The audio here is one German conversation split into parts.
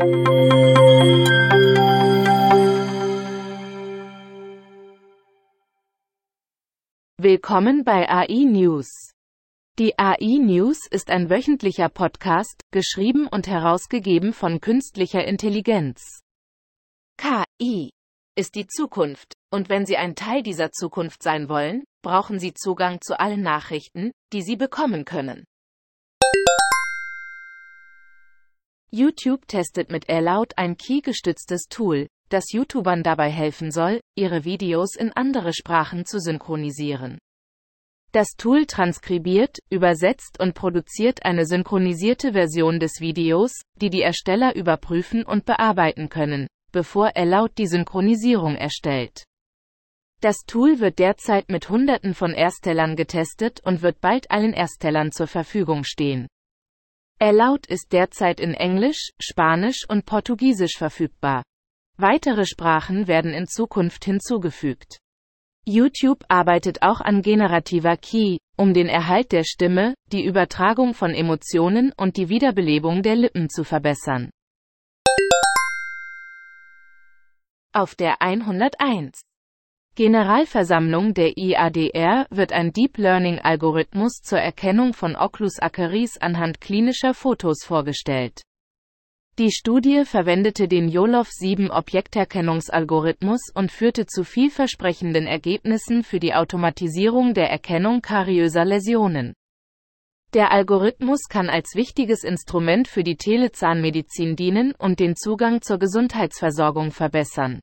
Willkommen bei AI News. Die AI News ist ein wöchentlicher Podcast, geschrieben und herausgegeben von künstlicher Intelligenz. KI ist die Zukunft, und wenn Sie ein Teil dieser Zukunft sein wollen, brauchen Sie Zugang zu allen Nachrichten, die Sie bekommen können. YouTube testet mit Aloud ein KI-gestütztes Tool, das YouTubern dabei helfen soll, ihre Videos in andere Sprachen zu synchronisieren. Das Tool transkribiert, übersetzt und produziert eine synchronisierte Version des Videos, die die Ersteller überprüfen und bearbeiten können, bevor Aloud die Synchronisierung erstellt. Das Tool wird derzeit mit Hunderten von Erstellern getestet und wird bald allen Erstellern zur Verfügung stehen. Aloud ist derzeit in Englisch, Spanisch und Portugiesisch verfügbar. Weitere Sprachen werden in Zukunft hinzugefügt. YouTube arbeitet auch an generativer KI, um den Erhalt der Stimme, die Übertragung von Emotionen und die Wiederbelebung der Lippen zu verbessern. Auf der 101. Generalversammlung der IADR wird ein Deep Learning-Algorithmus zur Erkennung von Oculus Acquis anhand klinischer Fotos vorgestellt. Die Studie verwendete den YOLOv7-Objekterkennungsalgorithmus und führte zu vielversprechenden Ergebnissen für die Automatisierung der Erkennung kariöser Läsionen. Der Algorithmus kann als wichtiges Instrument für die Telezahnmedizin dienen und den Zugang zur Gesundheitsversorgung verbessern.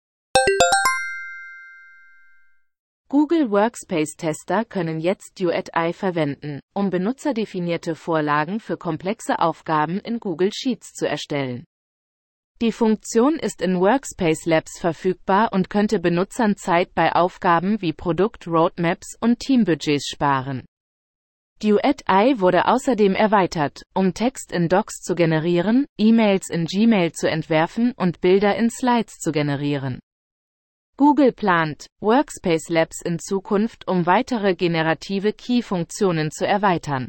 Google Workspace-Tester können jetzt Duet-AI verwenden, um benutzerdefinierte Vorlagen für komplexe Aufgaben in Google Sheets zu erstellen. Die Funktion ist in Workspace Labs verfügbar und könnte Benutzern Zeit bei Aufgaben wie Produkt-Roadmaps und Teambudgets sparen. Duet-AI wurde außerdem erweitert, um Text in Docs zu generieren, E-Mails in Gmail zu entwerfen und Bilder in Slides zu generieren. Google plant, Workspace Labs in Zukunft um weitere generative KI-Funktionen zu erweitern.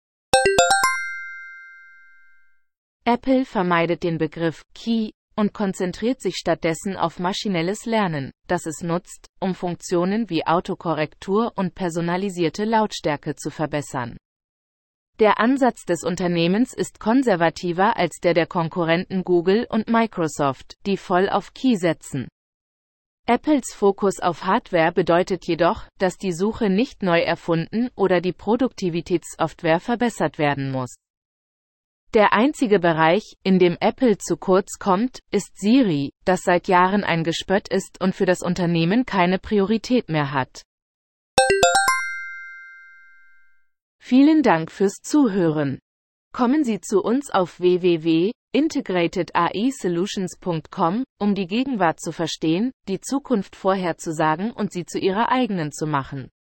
Apple vermeidet den Begriff KI und konzentriert sich stattdessen auf maschinelles Lernen, das es nutzt, um Funktionen wie Autokorrektur und personalisierte Lautstärke zu verbessern. Der Ansatz des Unternehmens ist konservativer als der Konkurrenten Google und Microsoft, die voll auf KI setzen. Apples Fokus auf Hardware bedeutet jedoch, dass die Suche nicht neu erfunden oder die Produktivitätssoftware verbessert werden muss. Der einzige Bereich, in dem Apple zu kurz kommt, ist Siri, das seit Jahren ein Gespött ist und für das Unternehmen keine Priorität mehr hat. Vielen Dank fürs Zuhören. Kommen Sie zu uns auf www.integratedAIsolutions.com, um die Gegenwart zu verstehen, die Zukunft vorherzusagen und sie zu Ihrer eigenen zu machen.